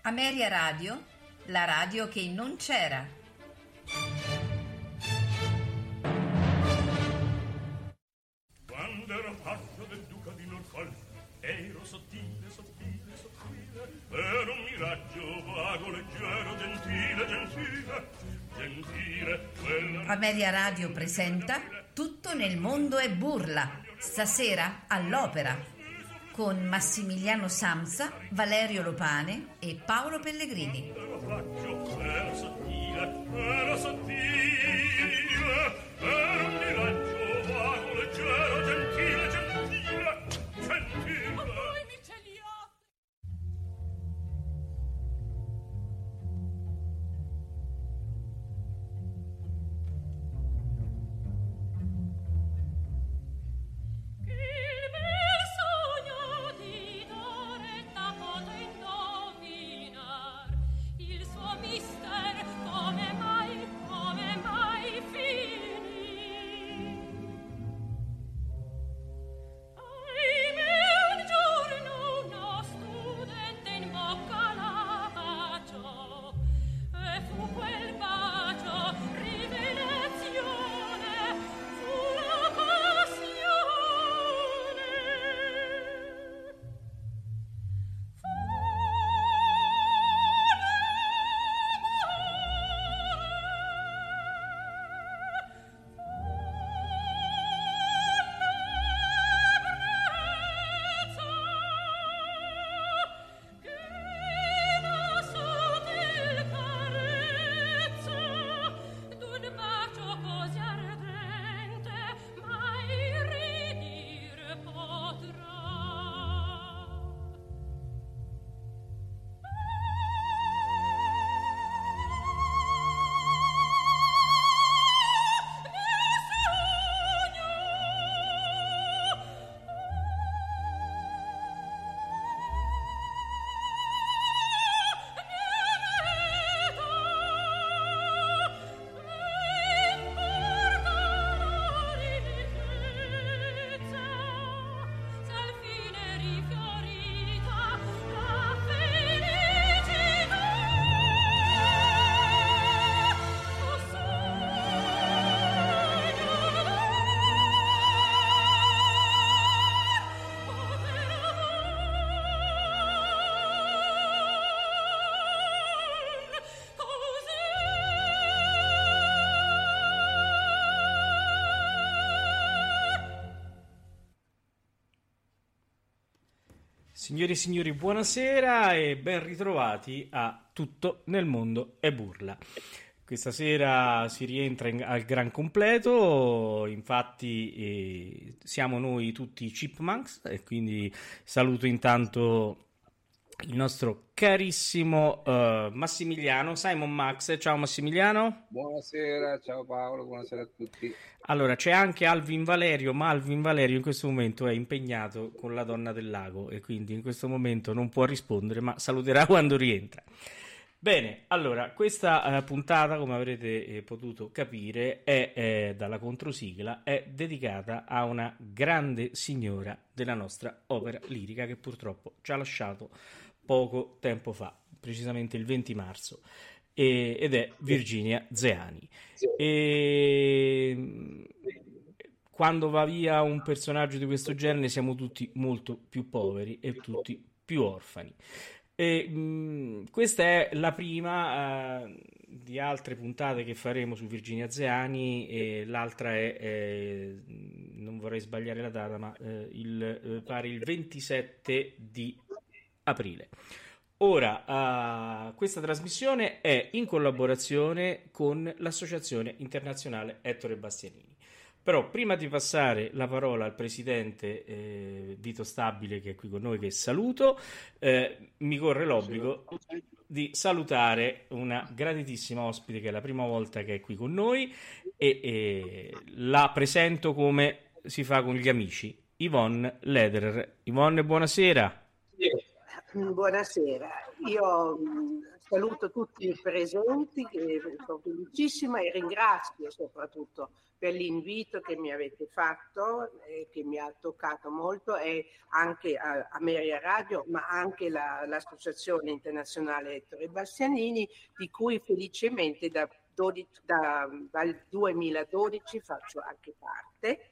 Ameria Radio, la radio che non c'era. Quando ero paggio del duca di Norfolk, ero sottile, sottile, sottile, ero un miraggio vago, leggero, gentile, gentile, gentile. Ameria Radio presenta Tutto nel mondo è burla, stasera all'Opera, con Massimiliano Samsa, Valerio Lopane e Paolo Pellegrini. Ero sottile, ero sottile, ero un miraggio vago, leggero, gentile, gentile, gentile. Ma poi mi ce li ho! Il bel sogno di Doretta potrei indovinar, il suo mister come mai finì. Ahimè, un giorno uno studente in bocca la baciò, e fu quel bacio rivelazione, fu la passione. Signore e signori, buonasera e ben ritrovati a Tutto nel mondo è burla. Questa sera si rientra al gran completo, infatti siamo noi tutti Chipmunks e quindi saluto intanto il nostro carissimo Massimiliano, Simon Max. Ciao Massimiliano. Buonasera, ciao Paolo, buonasera a tutti. Allora, c'è anche Alvin Valerio, ma Alvin Valerio in questo momento è impegnato con la donna del lago e quindi in questo momento non può rispondere, ma saluterà quando rientra. Bene, allora, questa puntata, come avrete potuto capire, è dalla controsigla, è dedicata a una grande signora della nostra opera lirica che purtroppo ci ha lasciato poco tempo fa, precisamente il 20 marzo. Ed è Virginia Zeani. E quando va via un personaggio di questo genere siamo tutti molto più poveri e tutti più orfani. Questa è la prima di altre puntate che faremo su Virginia Zeani e l'altra è non vorrei sbagliare la data, ma pare il 27 di aprile. Ora, questa trasmissione è in collaborazione con l'Associazione Internazionale Ettore Bastianini. Però prima di passare la parola al presidente Vito Stabile, che è qui con noi, che saluto, mi corre l'obbligo di salutare una graditissima ospite che è la prima volta che è qui con noi e la presento come si fa con gli amici, Yvonne Lederer. Yvonne, buonasera. Buonasera, io saluto tutti i presenti, sono felicissima e ringrazio soprattutto per l'invito che mi avete fatto, che mi ha toccato molto, e anche a Meria Radio, ma anche l'Associazione Internazionale Ettore Bastianini, di cui felicemente dal 2012 faccio anche parte,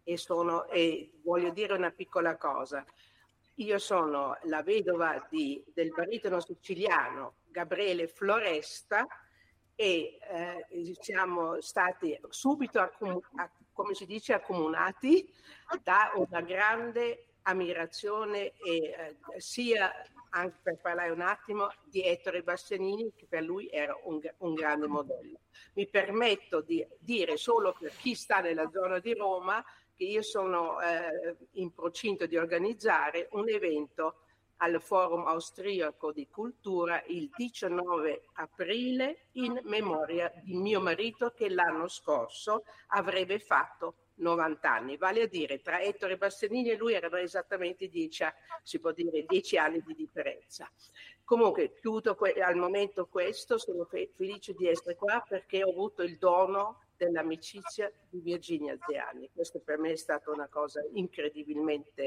e voglio dire una piccola cosa. Io sono la vedova del baritono siciliano Gabriele Floresta e siamo stati subito, come si dice, accomunati da una grande ammirazione sia, anche per parlare un attimo, di Ettore Bastianini, che per lui era un grande modello. Mi permetto di dire, solo per chi sta nella zona di Roma, che io sono in procinto di organizzare un evento al Forum Austriaco di Cultura il 19 aprile in memoria di mio marito, che l'anno scorso avrebbe fatto 90 anni, vale a dire tra Ettore Bastianini e lui erano esattamente 10 anni di differenza. Comunque chiudo al momento questo, sono felice di essere qua perché ho avuto il dono dell'amicizia di Virginia Zeani. Questo per me è stata una cosa incredibilmente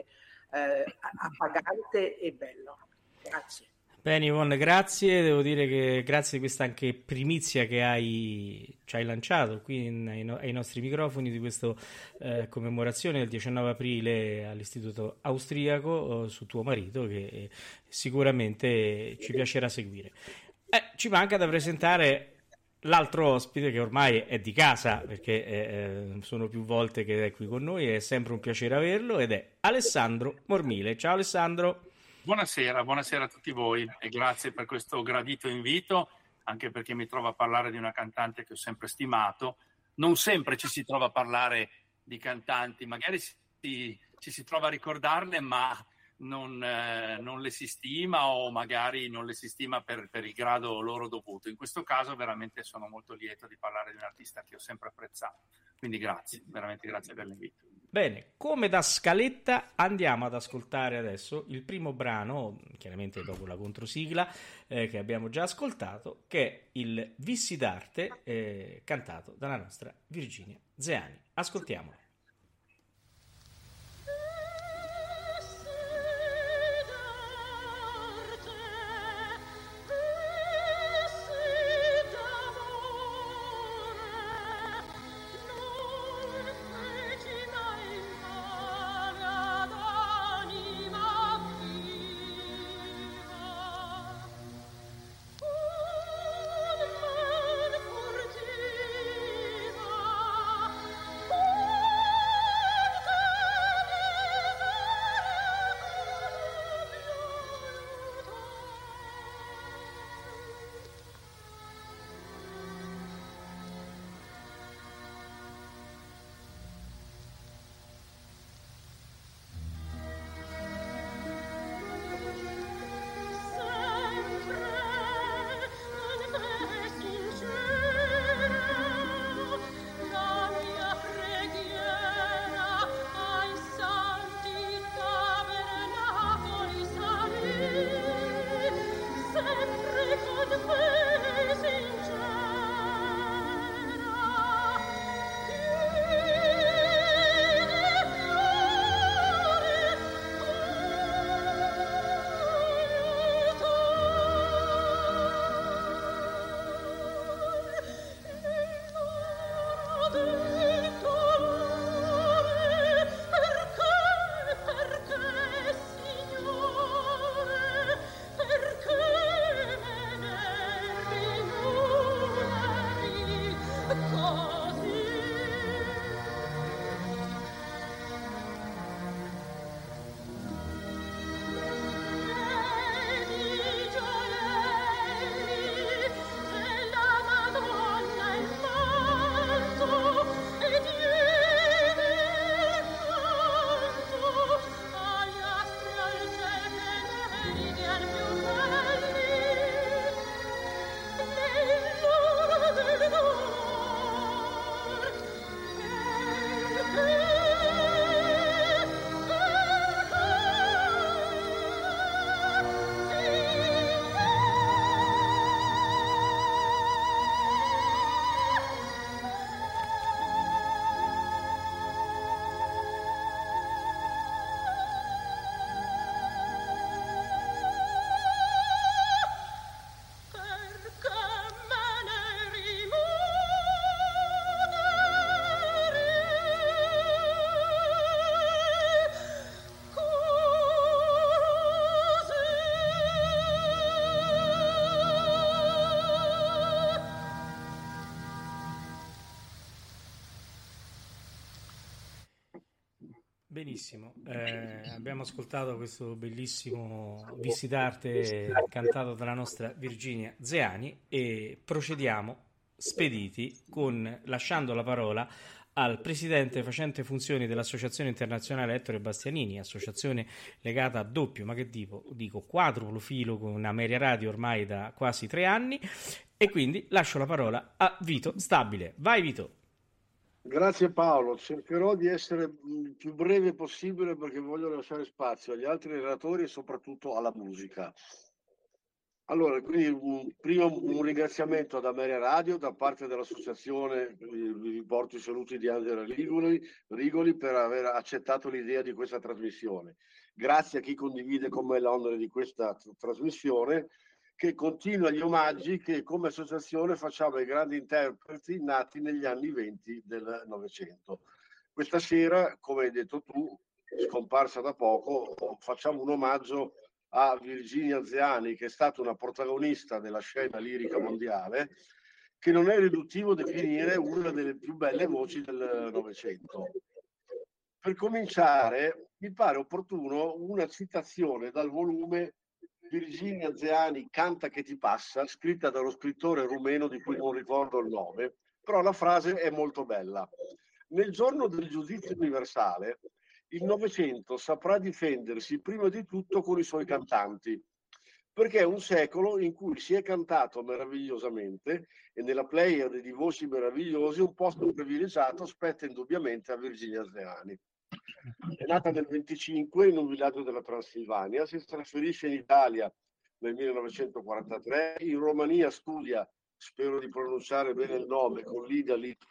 appagante e bello. Grazie. Bene Yvonne, grazie, devo dire che grazie di questa anche primizia che ci hai lanciato qui ai nostri microfoni di questa commemorazione del 19 aprile all'Istituto Austriaco su tuo marito, che sicuramente ci piacerà seguire. Ci manca da presentare l'altro ospite, che ormai è di casa perché sono più volte che è qui con noi, è sempre un piacere averlo, ed è Alessandro Mormile. Ciao Alessandro. Buonasera a tutti voi e grazie per questo gradito invito, anche perché mi trovo a parlare di una cantante che ho sempre stimato. Non sempre ci si trova a parlare di cantanti, magari ci si trova a ricordarle, ma non le si stima, o magari non le si stima per il grado loro dovuto. In questo caso veramente sono molto lieto di parlare di un artista che ho sempre apprezzato, quindi grazie, veramente grazie per l'invito. Bene, come da scaletta andiamo ad ascoltare adesso il primo brano, chiaramente dopo la controsigla che abbiamo già ascoltato, che è il Vissi d'arte, cantato dalla nostra Virginia Zeani. Ascoltiamolo. Oh Benissimo, abbiamo ascoltato questo bellissimo Visitarte cantato dalla nostra Virginia Zeani e procediamo spediti lasciando la parola al presidente facente funzioni dell'Associazione Internazionale Ettore Bastianini, associazione legata a doppio, ma che dico quadruplo filo con Ameria Radio ormai da quasi 3 anni, e quindi lascio la parola a Vito Stabile. Vai Vito! Grazie Paolo, cercherò di essere il più breve possibile perché voglio lasciare spazio agli altri relatori e soprattutto alla musica. Allora, quindi prima un ringraziamento ad Ameria Radio da parte dell'associazione, vi porto i saluti di Angela Rigoli per aver accettato l'idea di questa trasmissione. Grazie a chi condivide con me l'onere di questa trasmissione, che continua gli omaggi che come associazione facciamo ai grandi interpreti nati negli anni 20 del Novecento. Questa sera, come hai detto tu, scomparsa da poco, facciamo un omaggio a Virginia Zeani, che è stata una protagonista della scena lirica mondiale, che non è riduttivo definire una delle più belle voci del Novecento. Per cominciare, mi pare opportuno una citazione dal volume Virginia Zeani Canta che ti passa, scritta dallo scrittore rumeno di cui non ricordo il nome, però la frase è molto bella. Nel giorno del giudizio universale, il Novecento saprà difendersi prima di tutto con i suoi cantanti, perché è un secolo in cui si è cantato meravigliosamente e nella pleiade di voci meravigliose un posto privilegiato spetta indubbiamente a Virginia Zeani. È nata nel 25 in un villaggio della Transilvania, si trasferisce in Italia nel 1943, in Romania studia, spero di pronunciare bene il nome, con Lidia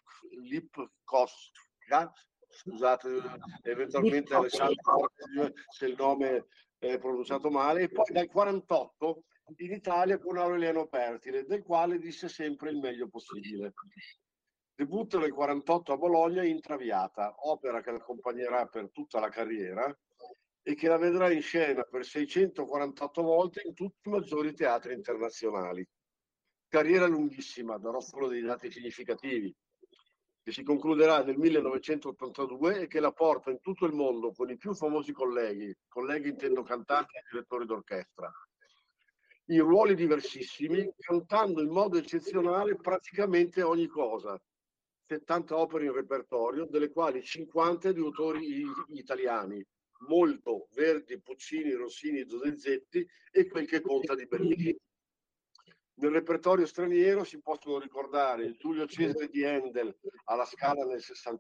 Lipkovska, scusate eventualmente Alessandro se il nome è pronunciato male, e poi dal 48 in Italia con Aureliano Pertile, del quale disse sempre il meglio possibile. Debutta nel 48 a Bologna in Traviata, opera che l'accompagnerà per tutta la carriera e che la vedrà in scena per 648 volte in tutti i maggiori teatri internazionali. Carriera lunghissima, darò solo dei dati significativi, che si concluderà nel 1982 e che la porta in tutto il mondo con i più famosi colleghi intendo cantanti e direttori d'orchestra, in ruoli diversissimi, cantando in modo eccezionale praticamente ogni cosa. 70 opere in repertorio, delle quali 50 di autori italiani, molto Verdi, Puccini, Rossini, Donizetti e quel che conta di Bellini. Nel repertorio straniero si possono ricordare il Giulio Cesare di Handel alla Scala nel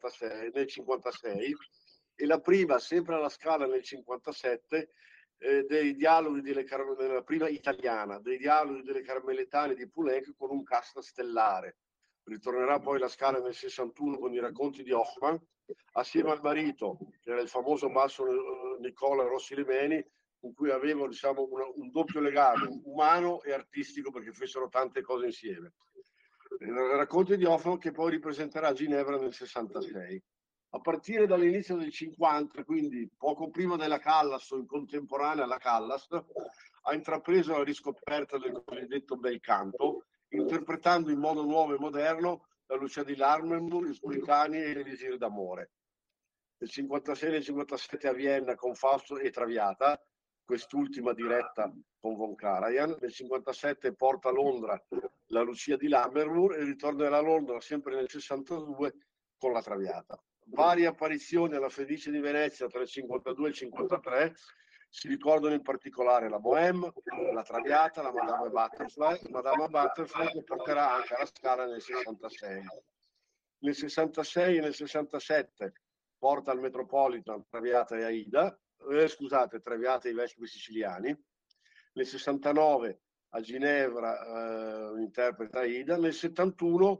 56 e la prima, sempre alla Scala nel 57, dei dialoghi nella prima italiana, dei dialoghi delle Carmelitane di Poulenc con un cast stellare. Ritornerà poi la Scala nel 61 con i racconti di Hoffmann, assieme al marito, che era il famoso basso Nicola Rossi Limeni, con cui avevo un doppio legame umano e artistico perché fecero tante cose insieme. Racconti di Hoffmann che poi ripresenterà a Ginevra nel 66. A partire dall'inizio del 50, quindi poco prima della Callas o in contemporanea alla Callas, ha intrapreso la riscoperta del cosiddetto bel canto, interpretando in modo nuovo e moderno la Lucia di Lammermoor, i Spuritani e l'Elisir d'amore. Nel 56 e nel 57 a Vienna con Fausto e Traviata, quest'ultima diretta con von Karajan. Nel 57 porta a Londra la Lucia di Lammermoor e ritornerà a Londra sempre nel 62 con la Traviata. Varie apparizioni alla Fenice di Venezia tra il 52 e il 53 si ricordano in particolare la Bohème, la Traviata, la Madama Butterfly che porterà anche alla Scala nel 66. Nel 66 e nel 67 porta al Metropolitan Traviata e Aida, Traviata e i Vescovi Siciliani. Nel 69 a Ginevra interpreta Aida. Nel 71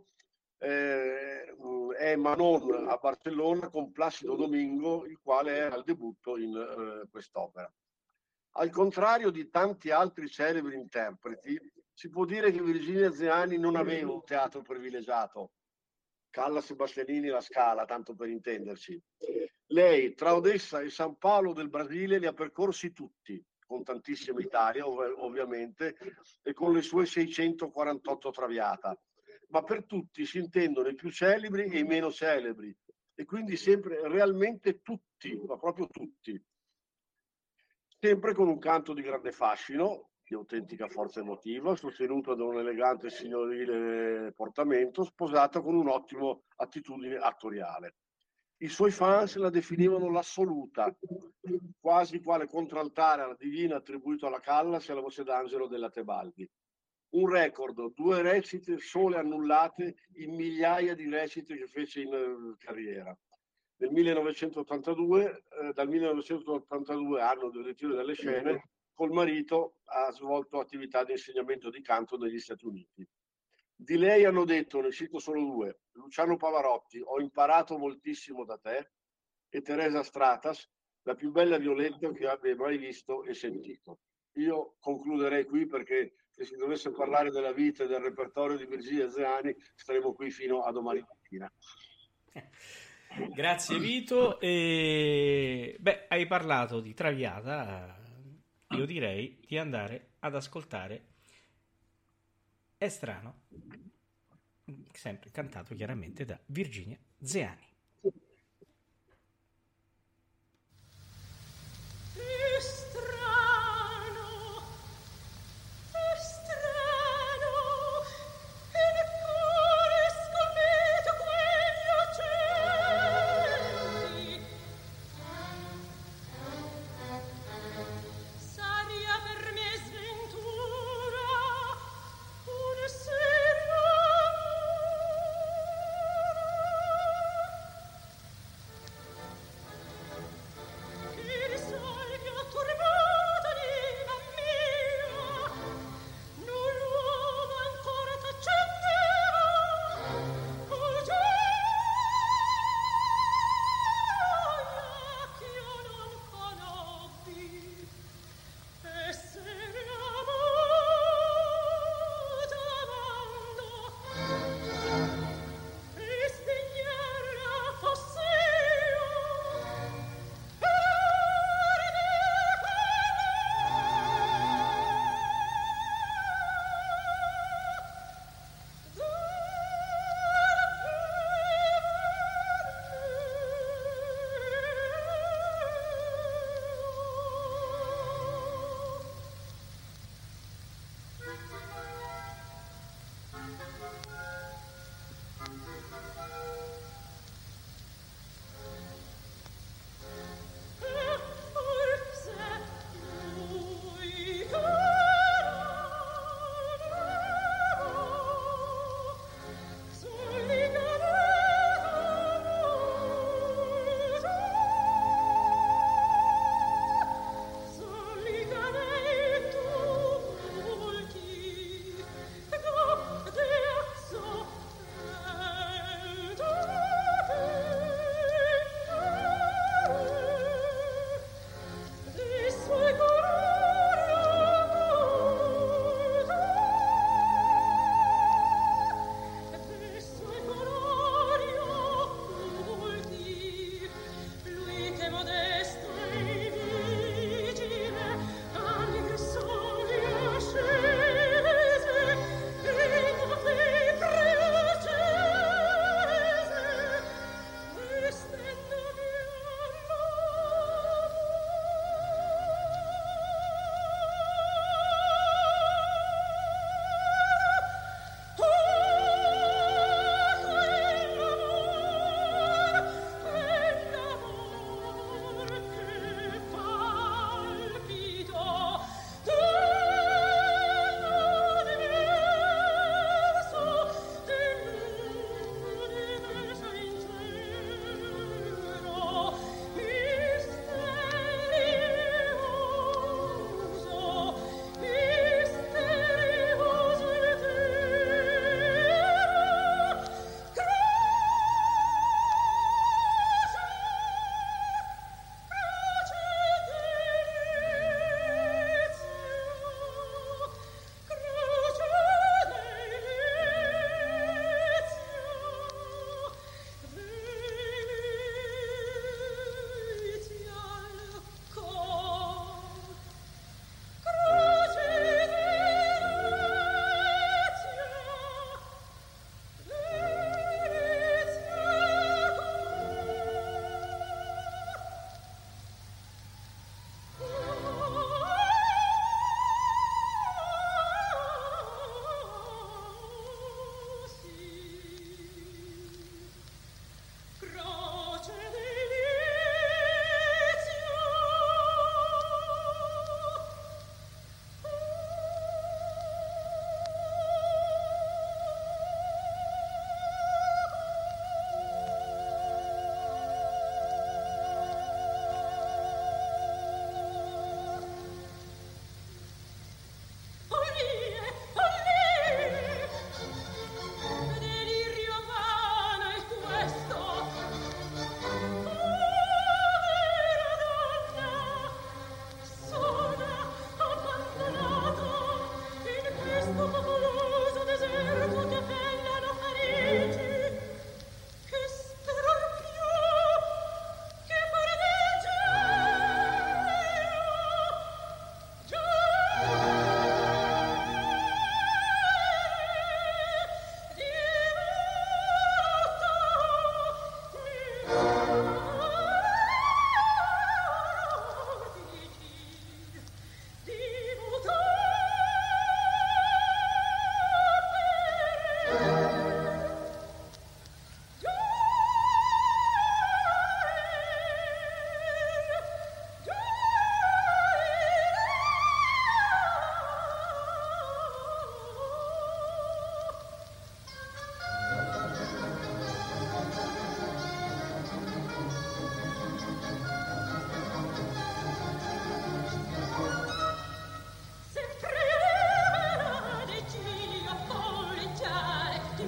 è Manon a Barcellona con Placido Domingo, il quale era al debutto in quest'opera. Al contrario di tanti altri celebri interpreti, si può dire che Virginia Zeani non aveva un teatro privilegiato. Callas e Bastianini la Scala, tanto per intenderci. Lei, tra Odessa e San Paolo del Brasile, li ha percorsi tutti, con tantissima Italia ovviamente, e con le sue 648 Traviata. Ma per tutti si intendono i più celebri e i meno celebri, e quindi sempre realmente tutti, ma proprio tutti, sempre con un canto di grande fascino, di autentica forza emotiva, sostenuto da un elegante e signorile portamento, sposato con un'ottima attitudine attoriale. I suoi fans la definivano l'assoluta, quasi quale contraltare alla divina attribuito alla Callas e alla voce d'angelo della Tebaldi. Un record, 2 recite sole annullate in migliaia di recite che fece in carriera. Nel 1982, dal 1982, anno del ritiro dalle scene, col marito ha svolto attività di insegnamento di canto negli Stati Uniti. Di lei hanno detto, ne cito solo 2, Luciano Pavarotti, ho imparato moltissimo da te, e Teresa Stratas, la più bella Violetta che abbia mai visto e sentito. Io concluderei qui, perché se si dovesse parlare della vita e del repertorio di Virginia Zeani staremo qui fino a domani mattina. Grazie Vito. Hai parlato di Traviata, io direi di andare ad ascoltare È strano, sempre cantato chiaramente da Virginia Zeani. Dea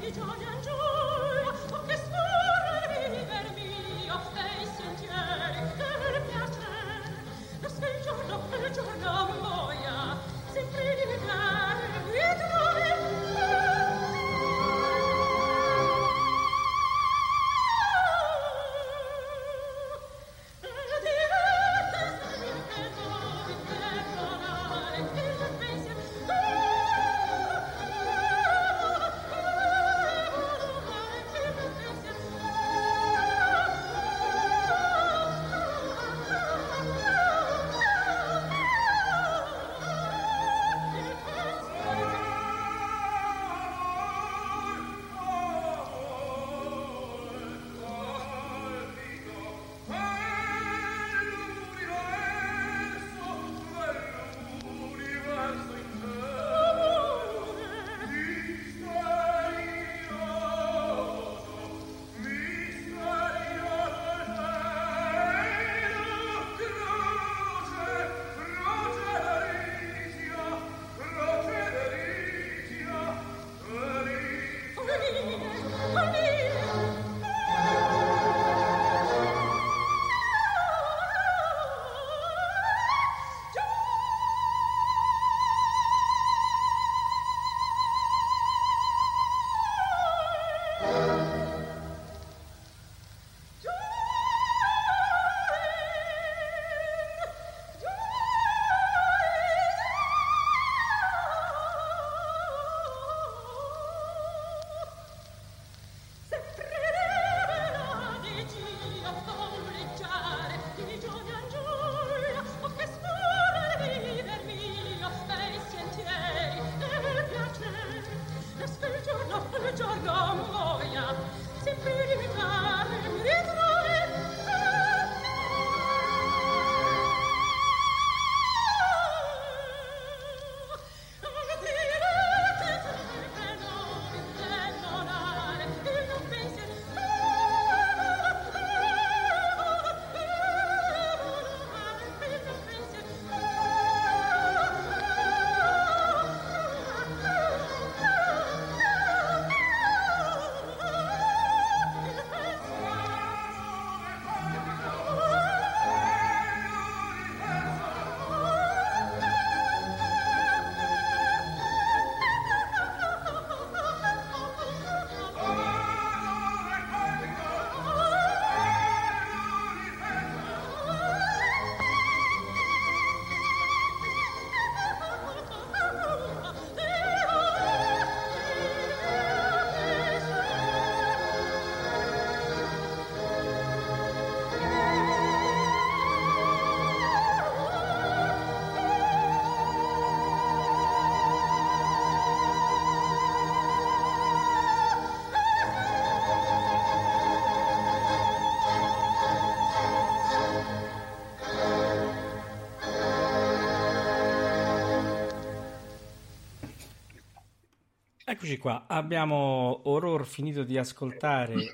Eccoci qua, abbiamo oror finito di ascoltare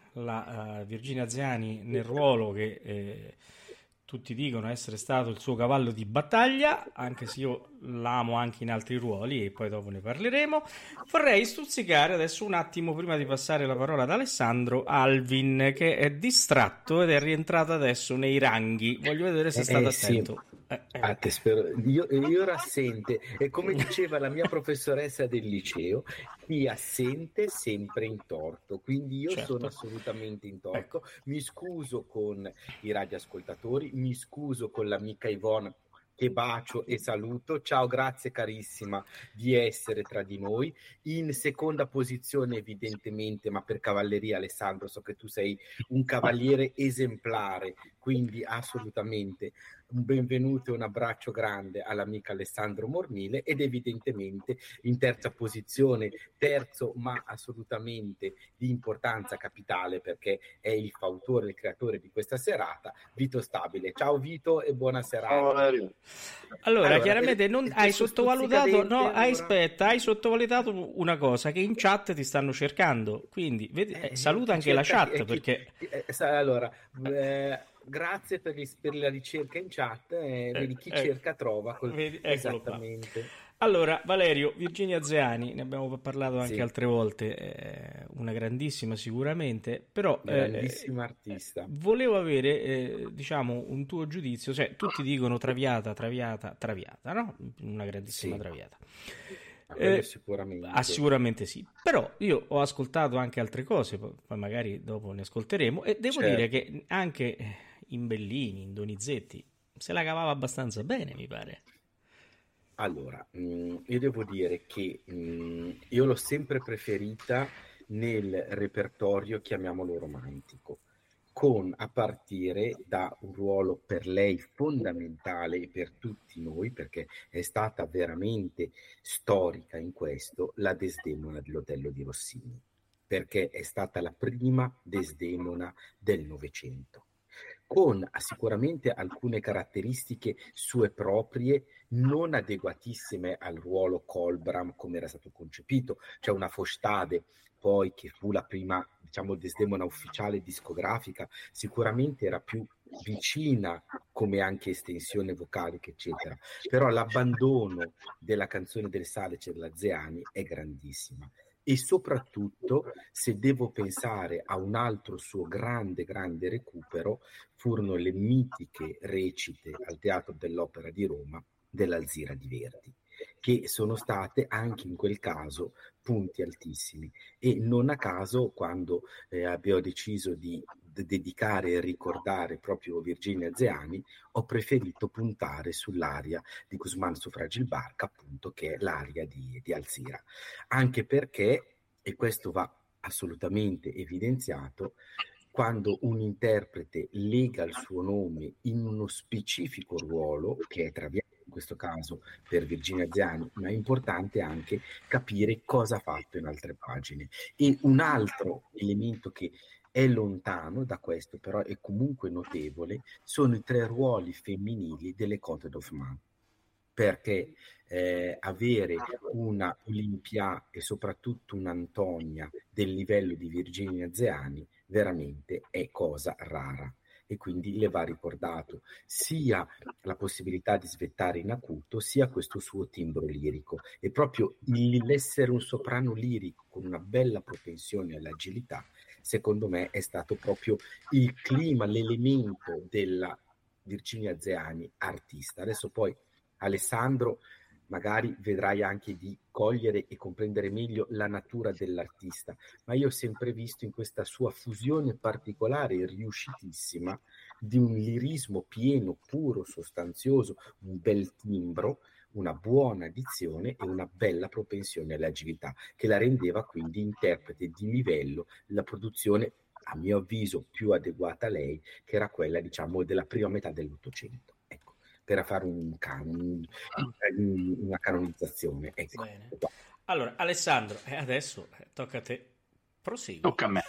la Virginia Zeani nel ruolo che tutti dicono essere stato il suo cavallo di battaglia, anche se io l'amo anche in altri ruoli e poi dopo ne parleremo. Vorrei stuzzicare adesso un attimo, prima di passare la parola ad Alessandro, Alvin, che è distratto ed è rientrato adesso nei ranghi. Voglio vedere se state attento. Te spero. Io ero assente e come diceva la mia professoressa del liceo, chi assente sempre in torto, quindi io sono assolutamente in torto. Mi scuso con i radioascoltatori, mi scuso con l'amica Yvonne, che bacio e saluto. Ciao, grazie carissima di essere tra di noi. In seconda posizione evidentemente, ma per cavalleria, Alessandro, so che tu sei un cavaliere esemplare, quindi assolutamente un benvenuto e un abbraccio grande all'amica Alessandro Mormile. Ed evidentemente in terza posizione, terzo ma assolutamente di importanza capitale, perché è il fautore, il creatore di questa serata, Vito Stabile. Ciao Vito e buona serata. Ciao Valerio. Allora chiaramente non hai sottovalutato, hai sottovalutato una cosa, che in chat ti stanno cercando, quindi saluta anche la chat, perché allora grazie per la ricerca in chat, vedi chi cerca trova. Esattamente. Allora, Valerio, Virginia Zeani, ne abbiamo parlato anche Sì. altre volte, una grandissima sicuramente, però Grandissima artista. volevo avere, diciamo, un tuo giudizio, cioè tutti dicono Traviata, Traviata, Traviata, no? Una grandissima Sì. Traviata. Ma quello sicuramente. Sicuramente sì, però io ho ascoltato anche altre cose, poi magari dopo ne ascolteremo, e devo Certo. dire che anche in Bellini, in Donizetti, se la cavava abbastanza bene, mi pare. Allora, io devo dire che io l'ho sempre preferita nel repertorio, chiamiamolo romantico, a partire da un ruolo per lei fondamentale e per tutti noi, perché è stata veramente storica in questo, la Desdemona dell'Otello di Rossini, perché è stata la prima Desdemona del Novecento, con sicuramente alcune caratteristiche sue proprie, non adeguatissime al ruolo Colbram come era stato concepito. C'è una Fostade poi che fu la prima, diciamo, Desdemona ufficiale discografica, sicuramente era più vicina come anche estensione vocalica eccetera, però l'abbandono della canzone del Salice della Zeani è grandissima. E soprattutto, se devo pensare a un altro suo grande recupero, furono le mitiche recite al Teatro dell'Opera di Roma dell'Alzira di Verdi, che sono state anche in quel caso punti altissimi. E non a caso, quando abbiamo deciso di dedicare e ricordare proprio Virginia Zeani, ho preferito puntare sull'aria di Guzmán su Fragil Barca, appunto, che è l'aria di Alzira, anche perché, e questo va assolutamente evidenziato, quando un interprete lega il suo nome in uno specifico ruolo, che è Traviata in questo caso per Virginia Zeani, ma è importante anche capire cosa ha fatto in altre pagine. E un altro elemento che è lontano da questo, però è comunque notevole, sono i 3 ruoli femminili delle Cote d'Hoffmann, perché avere una Olimpia e soprattutto un'Antonia del livello di Virginia Zeani veramente è cosa rara, e quindi le va ricordato sia la possibilità di svettare in acuto, sia questo suo timbro lirico, e proprio l'essere un soprano lirico con una bella propensione all'agilità, secondo me è stato proprio il clima, l'elemento della Virginia Zeani artista. Adesso poi Alessandro magari vedrai anche di cogliere e comprendere meglio la natura dell'artista, ma io ho sempre visto in questa sua fusione particolare e riuscitissima di un lirismo pieno, puro, sostanzioso, un bel timbro, una buona dizione e una bella propensione all'agilità, che la rendeva quindi interprete di livello, la produzione a mio avviso più adeguata a lei, che era quella, diciamo, della prima metà dell'Ottocento. Per fare una canonizzazione. Ecco. Allora, Alessandro, adesso tocca a te. Prosegui. Tocca a me.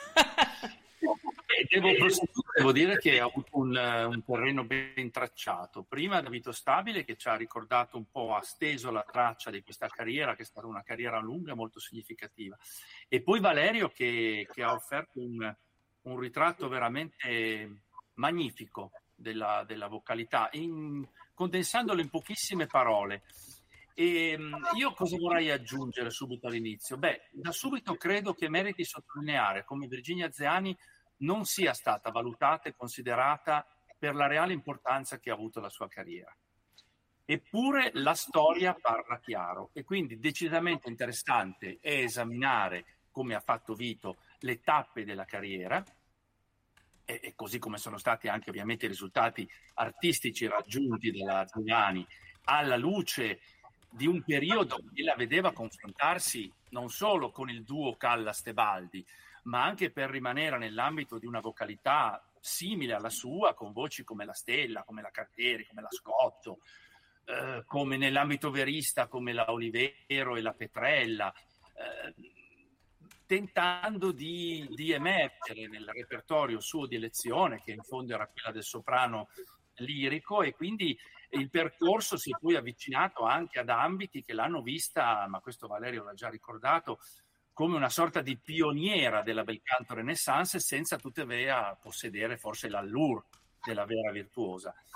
Devo dire che ha avuto un terreno ben tracciato. Prima Vito Stabile, che ci ha ricordato un po', ha steso la traccia di questa carriera, che è stata una carriera lunga e molto significativa. E poi Valerio, che ha offerto un ritratto veramente magnifico della vocalità, condensandolo in pochissime parole. E io cosa vorrei aggiungere subito all'inizio? Da subito credo che meriti sottolineare come Virginia Zeani non sia stata valutata e considerata per la reale importanza che ha avuto la sua carriera. Eppure la storia parla chiaro, e quindi decisamente interessante è esaminare, come ha fatto Vito, le tappe della carriera, e così come sono stati anche ovviamente i risultati artistici raggiunti dalla Zeani, alla luce di un periodo che la vedeva confrontarsi non solo con il duo Callas-Tebaldi, ma anche per rimanere nell'ambito di una vocalità simile alla sua, con voci come la Stella, come la Cartieri, come la Scotto, come nell'ambito verista come la Olivero e la Petrella, tentando di emergere nel repertorio suo di elezione, che in fondo era quella del soprano lirico, e quindi il percorso si è poi avvicinato anche ad ambiti che l'hanno vista, ma questo Valerio l'ha già ricordato, come una sorta di pioniera della bel canto renaissance, senza tuttavia possedere forse l'allure della vera virtuosa.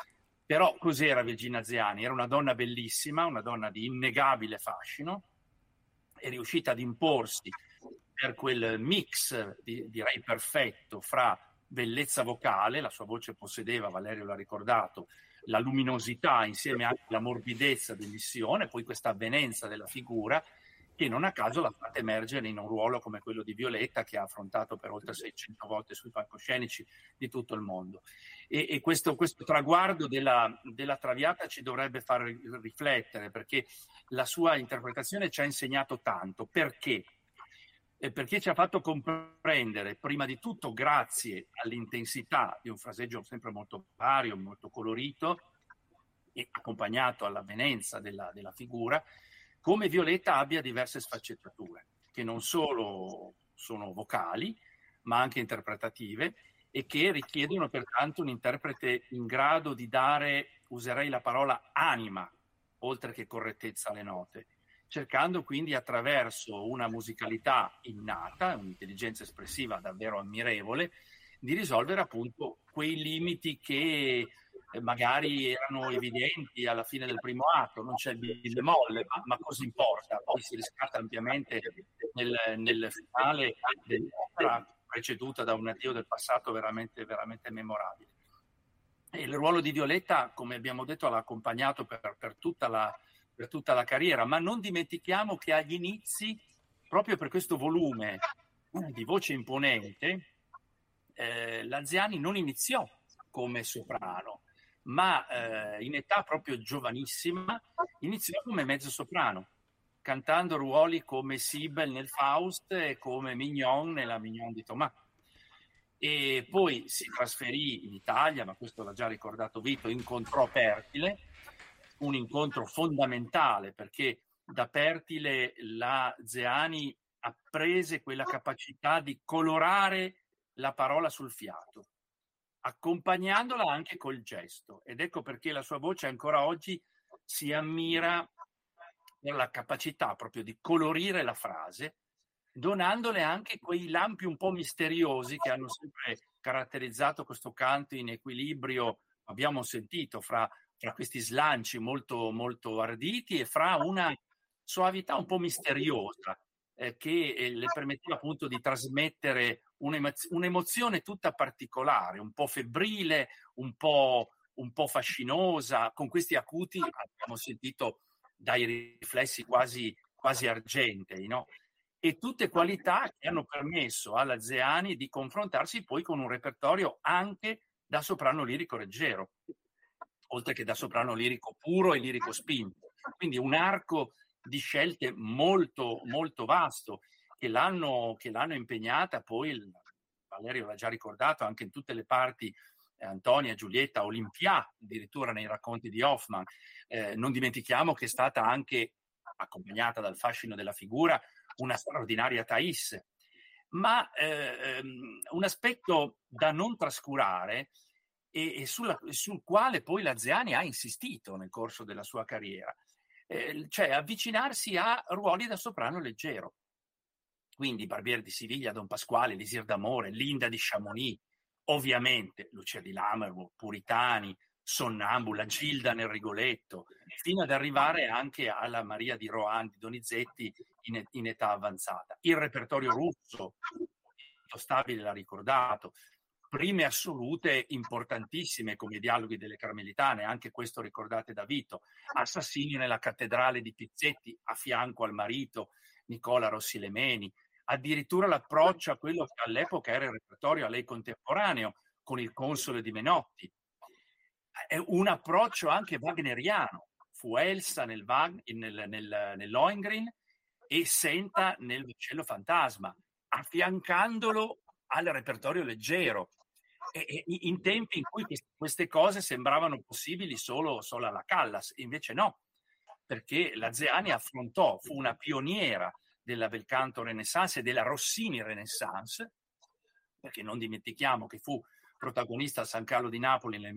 Però cos'era Virginia Zeani? Era una donna bellissima, una donna di innegabile fascino, è riuscita ad imporsi per quel mix, direi perfetto, fra bellezza vocale, la sua voce possedeva, Valerio l'ha ricordato, la luminosità insieme anche alla morbidezza dell'emissione, poi questa avvenenza della figura, che non a caso l'ha fatta emergere in un ruolo come quello di Violetta, che ha affrontato per oltre 600 volte sui palcoscenici di tutto il mondo. E questo traguardo della Traviata ci dovrebbe far riflettere, perché la sua interpretazione ci ha insegnato tanto. Perché? Perché ci ha fatto comprendere, prima di tutto grazie all'intensità di un fraseggio sempre molto vario, molto colorito e accompagnato all'avvenenza della figura, come Violetta abbia diverse sfaccettature, che non solo sono vocali, ma anche interpretative, e che richiedono pertanto un interprete in grado di dare, userei la parola, anima, oltre che correttezza alle note, cercando quindi attraverso una musicalità innata, un'intelligenza espressiva davvero ammirevole, di risolvere appunto quei limiti che magari erano evidenti alla fine del primo atto. Non c'è il mi bemolle, ma cosa importa? Poi si riscatta ampiamente nel finale dell'opera, preceduta da un addio del passato veramente, veramente memorabile. E il ruolo di Violetta, come abbiamo detto, l'ha accompagnato per tutta la carriera, ma non dimentichiamo che agli inizi, proprio per questo volume di voce imponente, la Zeani non iniziò come soprano, ma in età proprio giovanissima iniziò come mezzo soprano, cantando ruoli come Sibel nel Faust e come Mignon nella Mignon di Thomas. E poi si trasferì in Italia, ma questo l'ha già ricordato Vito, incontrò Pertile, un incontro fondamentale, perché da Pertile la Zeani apprese quella capacità di colorare la parola sul fiato, accompagnandola anche col gesto, ed ecco perché la sua voce ancora oggi si ammira per la capacità proprio di colorire la frase, donandole anche quei lampi un po' misteriosi che hanno sempre caratterizzato questo canto in equilibrio, abbiamo sentito, fra questi slanci molto, molto arditi e fra una soavità un po' misteriosa che le permetteva appunto di trasmettere un'emozione tutta particolare, un po' febbrile, un po' fascinosa, con questi acuti, abbiamo sentito, dai riflessi quasi argentei, no? E tutte qualità che hanno permesso alla Zeani di confrontarsi poi con un repertorio anche da soprano lirico leggero, oltre che da soprano lirico puro e lirico spinto. Quindi un arco di scelte molto, molto vasto che l'hanno impegnata poi, Valerio l'ha già ricordato, anche in tutte le parti, Antonia, Giulietta, Olimpia, addirittura nei racconti di Hoffmann. Non dimentichiamo che è stata anche, accompagnata dal fascino della figura, una straordinaria Thais. Ma un aspetto da non trascurare e sul quale poi la Zeani ha insistito nel corso della sua carriera, cioè avvicinarsi a ruoli da soprano leggero. Quindi Barbiere di Siviglia, Don Pasquale, Lisir d'Amore, Linda di Chamonix, ovviamente Lucia di Lammermoor, Puritani, Sonnambula, Gilda nel Rigoletto, fino ad arrivare anche alla Maria di Rohan di Donizetti in età avanzata. Il repertorio russo, Stabile l'ha ricordato, prime assolute importantissime come i Dialoghi delle Carmelitane, anche questo ricordate da Vito, Assassini nella cattedrale di Pizzetti a fianco al marito Nicola Rossi Lemeni, addirittura l'approccio a quello che all'epoca era il repertorio a lei contemporaneo con il Console di Menotti. È un approccio anche wagneriano, fu Elsa nel Lohengrin e Senta nel Vascello Fantasma, affiancandolo al repertorio leggero, e in tempi in cui queste cose sembravano possibili solo alla Callas, invece no, perché la Zeani fu una pioniera della bel canto Renaissance e della Rossini Renaissance, perché non dimentichiamo che fu protagonista a San Carlo di Napoli nel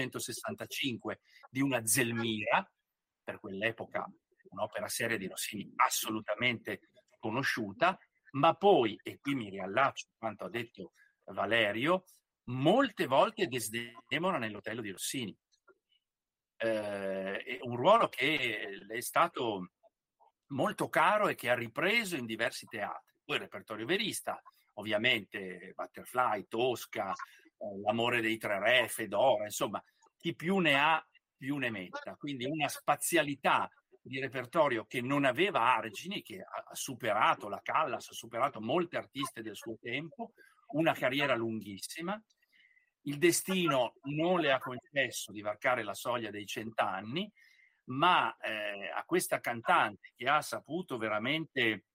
1965 di una Zelmira, per quell'epoca un'opera seria di Rossini assolutamente conosciuta, ma poi, e qui mi riallaccio a quanto ha detto Valerio, molte volte Desdemona nell'Otello di Rossini. è un ruolo che le è stato molto caro e che ha ripreso in diversi teatri. Poi il repertorio verista, ovviamente Butterfly, Tosca, L'amore dei tre re, Fedora, insomma, chi più ne ha più ne metta. Quindi una spazialità di repertorio che non aveva argini, che ha superato la Callas, ha superato molte artiste del suo tempo, una carriera lunghissima. Il destino non le ha concesso di varcare la soglia dei 100 anni, ma a questa cantante che ha saputo veramente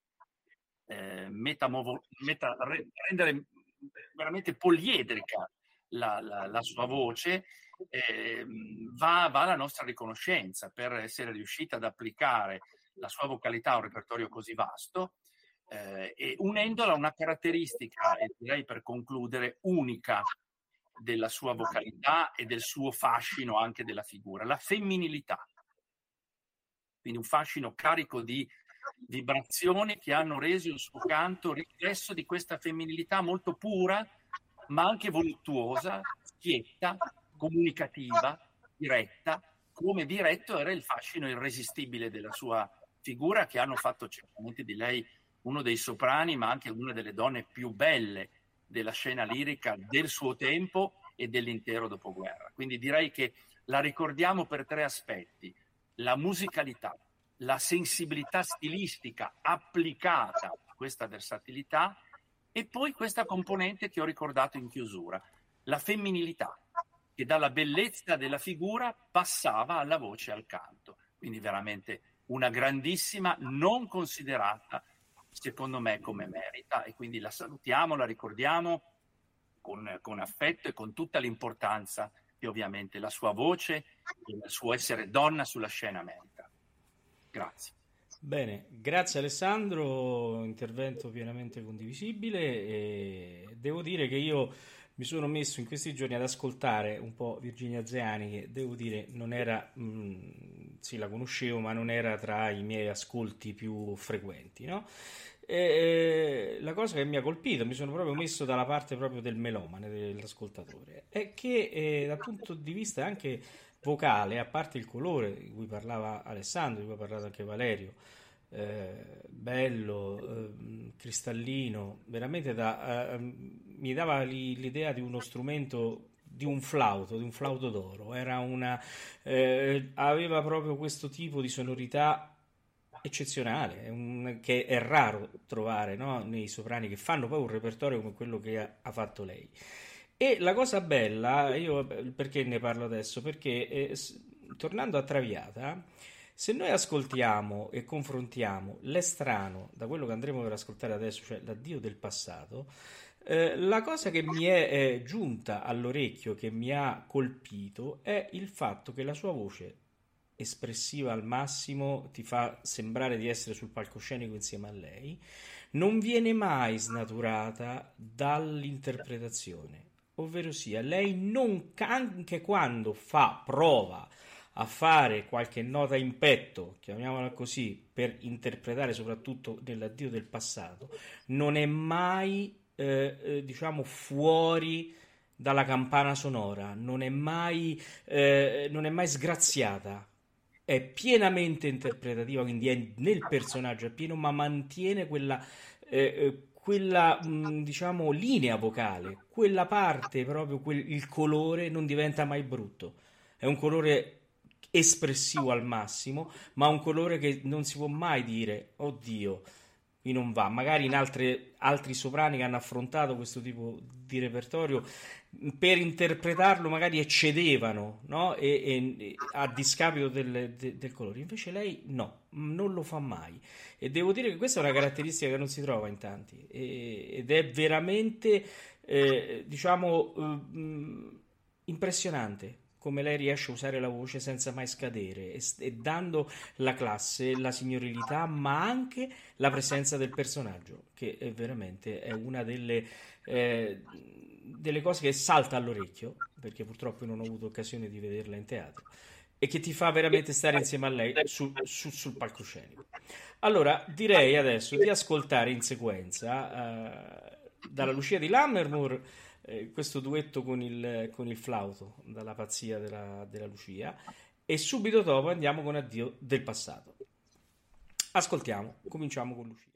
rendere veramente poliedrica la sua voce, va la nostra riconoscenza per essere riuscita ad applicare la sua vocalità a un repertorio così vasto, e unendola a una caratteristica, e direi per concludere, unica della sua vocalità e del suo fascino anche della figura, la femminilità. Quindi un fascino carico di vibrazioni che hanno reso il suo canto riflesso di questa femminilità molto pura, ma anche voluttuosa, schietta, comunicativa, diretta, come diretto era il fascino irresistibile della sua figura, che hanno fatto certamente di lei uno dei soprani, ma anche una delle donne più belle della scena lirica del suo tempo e dell'intero dopoguerra. Quindi direi che la ricordiamo per tre aspetti: la musicalità, la sensibilità stilistica applicata a questa versatilità, e poi questa componente che ho ricordato in chiusura, la femminilità, che dalla bellezza della figura passava alla voce e al canto. Quindi veramente una grandissima, non considerata secondo me come merita, e quindi la salutiamo, la ricordiamo con affetto e con tutta l'importanza che ovviamente la sua voce e il suo essere donna sulla scena merita. Grazie. Bene, grazie Alessandro, intervento pienamente condivisibile, e devo dire che io mi sono messo in questi giorni ad ascoltare un po' Virginia Zeani, che devo dire non era, sì, la conoscevo, ma non era tra i miei ascolti più frequenti, no? La cosa che mi ha colpito, mi sono proprio messo dalla parte proprio del melomane, dell'ascoltatore, è che dal punto di vista anche vocale, a parte il colore di cui parlava Alessandro, di cui ha parlato anche Valerio, bello, cristallino, veramente mi dava l'idea di uno strumento, di un flauto d'oro. Aveva proprio questo tipo di sonorità eccezionale, che è raro trovare, no? Nei soprani che fanno poi un repertorio come quello che ha fatto lei. E la cosa bella, io perché ne parlo adesso? Perché tornando a Traviata, se noi ascoltiamo e confrontiamo l'estraneo da quello che andremo per ascoltare adesso, cioè l'addio del passato, la cosa che mi è giunta all'orecchio, che mi ha colpito, è il fatto che la sua voce, espressiva al massimo, ti fa sembrare di essere sul palcoscenico insieme a lei, non viene mai snaturata dall'interpretazione. Ovvero sia, lei non, anche quando prova a fare qualche nota in petto, chiamiamola così, per interpretare soprattutto nell'addio del passato, non è mai diciamo fuori dalla campana sonora, non è mai sgraziata, è pienamente interpretativa, quindi è nel personaggio, è pieno, ma mantiene quella diciamo linea vocale, quella parte proprio, il colore non diventa mai brutto, è un colore espressivo al massimo, ma un colore che non si può mai dire oddio, qui non va. Magari in altri soprani che hanno affrontato questo tipo di repertorio, per interpretarlo magari eccedevano, no? E a discapito del colore. Invece lei no, non lo fa mai, e devo dire che questa è una caratteristica che non si trova in tanti, ed è veramente diciamo impressionante come lei riesce a usare la voce senza mai scadere, e dando la classe, la signorilità, ma anche la presenza del personaggio, che è veramente una delle cose che salta all'orecchio, perché purtroppo non ho avuto occasione di vederla in teatro, e che ti fa veramente stare insieme a lei sul palcoscenico. Allora, direi adesso di ascoltare in sequenza dalla Lucia di Lammermoor questo duetto con il flauto, dalla pazzia della Lucia, e subito dopo andiamo con Addio del passato. Ascoltiamo, cominciamo con Lucia.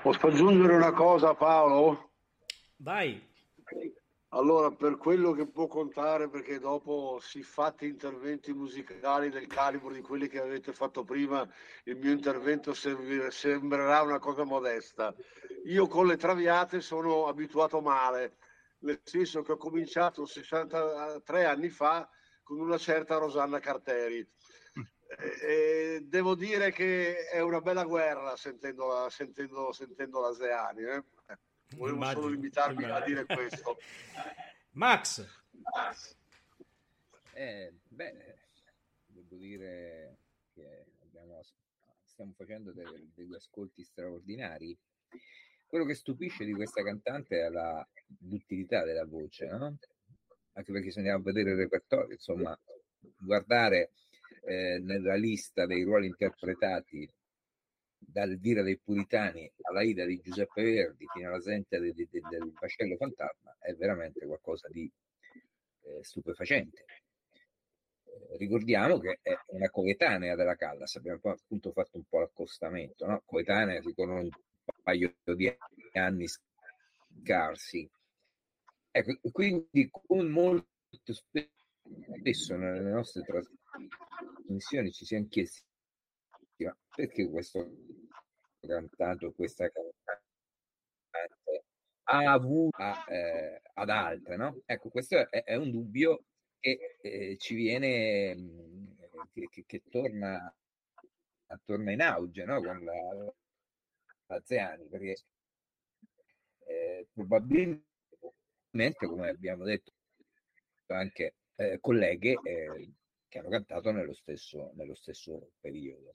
Posso aggiungere una cosa, Paolo? Vai. Allora, per quello che può contare, perché dopo siffatti interventi musicali del calibro di quelli che avete fatto prima, il mio intervento sembrerà una cosa modesta. Io con le Traviate sono abituato male, nel senso che ho cominciato 63 anni fa con una certa Rosanna Carteri. E devo dire che è una bella guerra sentendo la Zeani. Volevo solo limitarmi a dire questo. Max. Devo dire che stiamo facendo degli ascolti straordinari. Quello che stupisce di questa cantante è la duttilità della voce, no? Anche perché se andiamo a vedere il repertorio, insomma, guardare nella lista dei ruoli interpretati dal Elvira dei Puritani alla Ida di Giuseppe Verdi fino alla Sente del Vascello Fantasma è veramente qualcosa di stupefacente. Ricordiamo che è una coetanea della Callas, abbiamo appunto fatto un po' l'accostamento, no? Coetanea con un paio di anni scarsi. Ecco, quindi con molto spesso nelle nostre trasmissioni ci siamo chiesti perché questo cantato, questa cantante ha avuto ad altre, no? Ecco, questo è un dubbio che ci viene, che torna in auge, no? Con la Zeani, perché probabilmente, come abbiamo detto anche colleghe che hanno cantato nello stesso periodo.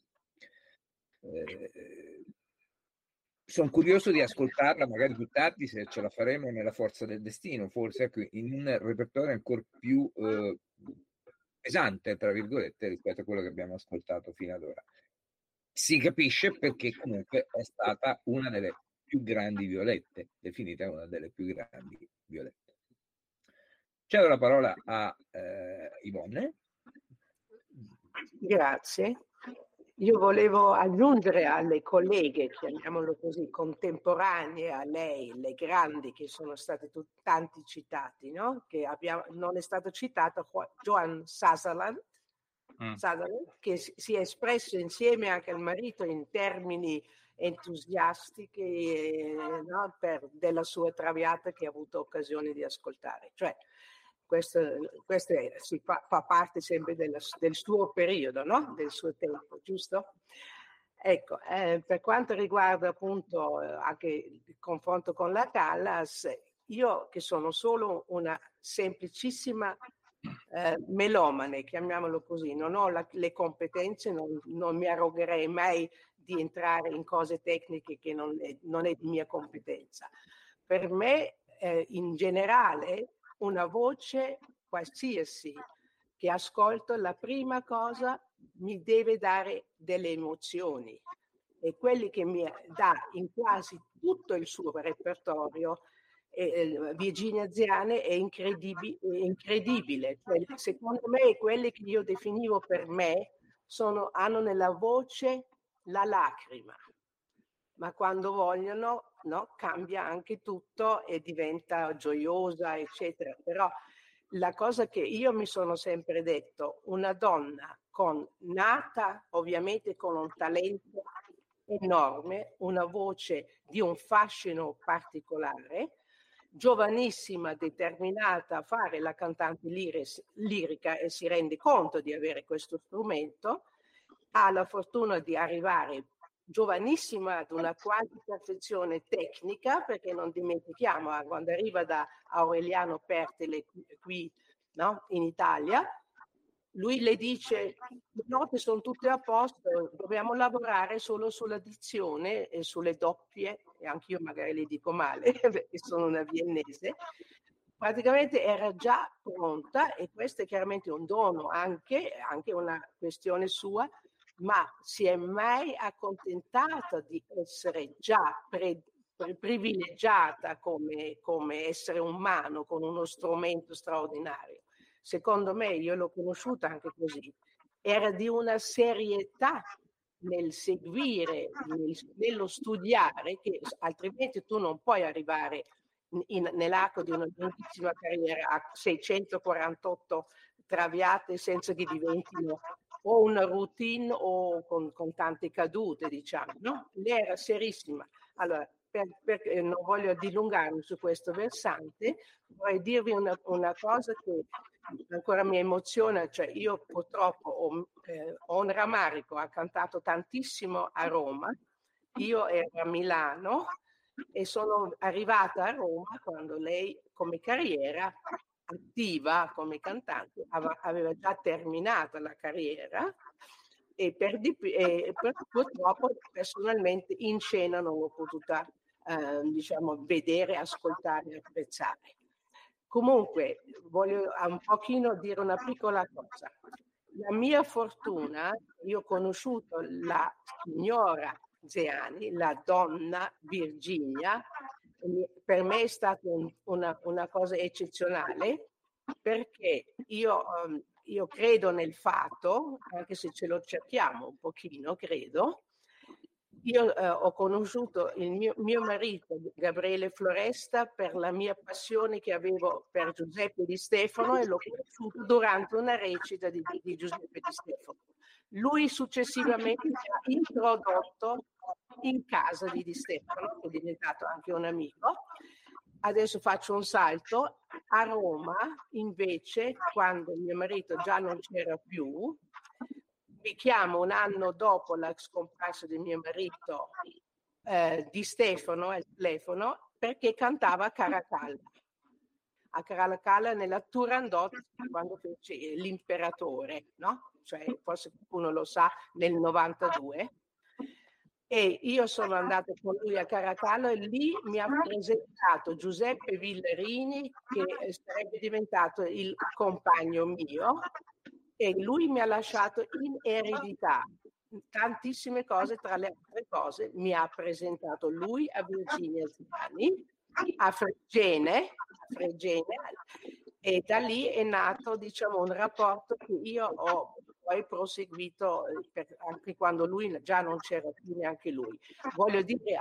Sono curioso di ascoltarla magari più tardi, se ce la faremo nella Forza del Destino, forse in un repertorio ancora più pesante, tra virgolette, rispetto a quello che abbiamo ascoltato fino ad ora. Si capisce perché comunque è stata una delle più grandi Violette, definita una delle più grandi Violette. Cedo la parola a Yvonne. Grazie. Io volevo aggiungere alle colleghe, chiamiamolo così, contemporanee a lei, le grandi che sono state tanti citati, no? Che non è stato citato Joan Sutherland, che si è espresso insieme anche al marito in termini entusiastici, no? Della sua Traviata che ha avuto occasione di ascoltare. Cioè, questo fa parte sempre del suo periodo, no? Del suo tempo, giusto? Ecco, per quanto riguarda appunto anche il confronto con la Callas, io che sono solo una semplicissima melomane, chiamiamolo così, non ho le competenze, non mi arrogherei mai di entrare in cose tecniche che non è di mia competenza. Per me, in generale, una voce qualsiasi che ascolto, la prima cosa mi deve dare delle emozioni, e quelli che mi dà in quasi tutto il suo repertorio Virginia Zeani è incredibile. Cioè, secondo me quelli che io definivo per me hanno nella voce la lacrima, ma quando vogliono, no, cambia anche tutto e diventa gioiosa, eccetera. Però la cosa che io mi sono sempre detto, una donna nata ovviamente con un talento enorme, una voce di un fascino particolare, giovanissima, determinata a fare la cantante lirica e si rende conto di avere questo strumento, ha la fortuna di arrivare giovanissima ad una quasi perfezione tecnica, perché non dimentichiamo, quando arriva da Aureliano Pertile qui, no, in Italia, lui le dice: le note sono tutte a posto, dobbiamo lavorare solo sulla dizione e sulle doppie, e anch'io magari le dico male perché sono una viennese. Praticamente era già pronta, e questo è chiaramente un dono, anche una questione sua, ma si è mai accontentata di essere già privilegiata come essere umano con uno strumento straordinario. Secondo me, io l'ho conosciuta anche così, era di una serietà nel seguire, nello studiare, che altrimenti tu non puoi arrivare nell'arco di una lunghissima carriera a 648 traviate senza che diventino o una routine o con tante cadute, diciamo, no? Lei era serissima. Allora, non voglio dilungarmi su questo versante, vorrei dirvi una cosa che ancora mi emoziona, cioè io purtroppo ho un rammarico, ha cantato tantissimo a Roma, io ero a Milano e sono arrivata a Roma quando lei come carriera attiva come cantante aveva già terminato la carriera e purtroppo personalmente in scena non l'ho potuta diciamo vedere, ascoltare, apprezzare. Comunque voglio un pochino dire una piccola cosa. La mia fortuna, io ho conosciuto la signora Zeani, la donna Virginia, per me è stata una cosa eccezionale, perché io credo nel fatto, anche se ce lo cerchiamo un pochino, credo. Io ho conosciuto il mio marito Gabriele Floresta per la mia passione che avevo per Giuseppe Di Stefano e l'ho conosciuto durante una recita di Giuseppe Di Stefano. Lui successivamente mi ha introdotto in casa di Di Stefano, che è diventato anche un amico. Adesso faccio un salto. A Roma, invece, quando mio marito già non c'era più, mi chiamo un anno dopo la scomparsa di mio marito Di Stefano al telefono perché cantava a Caracalla nella Turandot quando fece l'imperatore, no? Cioè, forse qualcuno lo sa, nel 92. E io sono andata con lui a Caracalla e lì mi ha presentato Giuseppe Villerini, che sarebbe diventato il compagno mio, e lui mi ha lasciato in eredità tantissime cose. Tra le altre cose mi ha presentato lui a Virginia Zeani, a Fregene, e da lì è nato, diciamo, un rapporto che io ho poi proseguito anche quando lui già non c'era più neanche lui. Voglio dire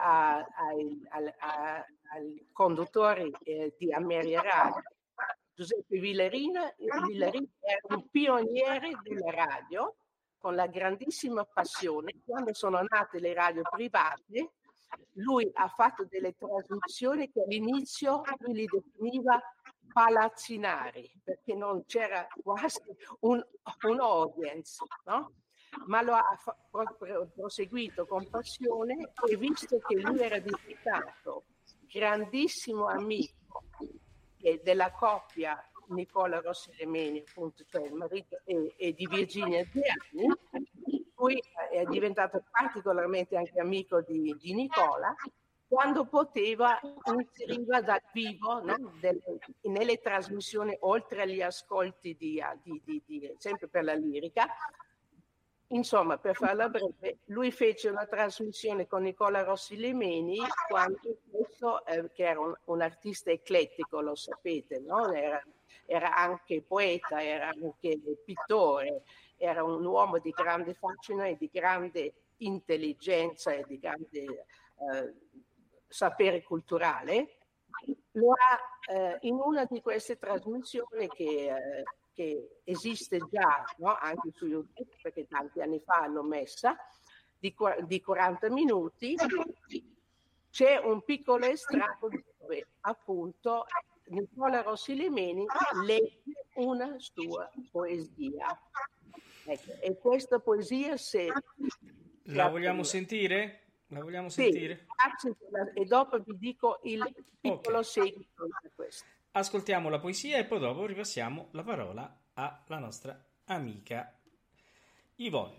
ai conduttori di Ameria Radio, Giuseppe Villerini era un pioniere della radio con la grandissima passione. Quando sono nate le radio private, lui ha fatto delle trasmissioni che all'inizio lui li definiva palazzinari, perché non c'era quasi un audience, no? Ma lo ha proseguito con passione, e visto che lui era diventato grandissimo amico della coppia Nicola Rossi Lemeni, appunto, cioè il marito e di Virginia Zeani, poi è diventato particolarmente anche amico di Nicola. Quando poteva inseriva dal vivo, no? Nelle trasmissioni, oltre agli ascolti sempre per la lirica. Insomma, per farla breve, lui fece una trasmissione con Nicola Rossi Lemeni, quando questo, che era un artista eclettico, lo sapete, no? Era anche poeta, era anche pittore, era un uomo di grande fascino e di grande intelligenza e di grande sapere culturale. Lo ha in una di queste trasmissioni che esiste già, no? Anche su YouTube, perché tanti anni fa l'ho messa, di 40 minuti, c'è un piccolo estratto dove appunto Nicola Rossi Lemeni legge una sua poesia. Ecco, e questa poesia, se la vogliamo sentire? La vogliamo sentire? E dopo vi dico il piccolo seguito di questo. Ascoltiamo la poesia e poi dopo ripassiamo la parola alla nostra amica Yvonne.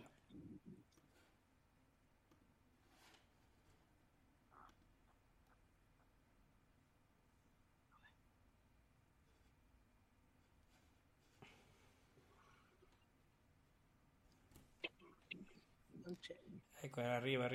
Non c'è. Ecco, arriva.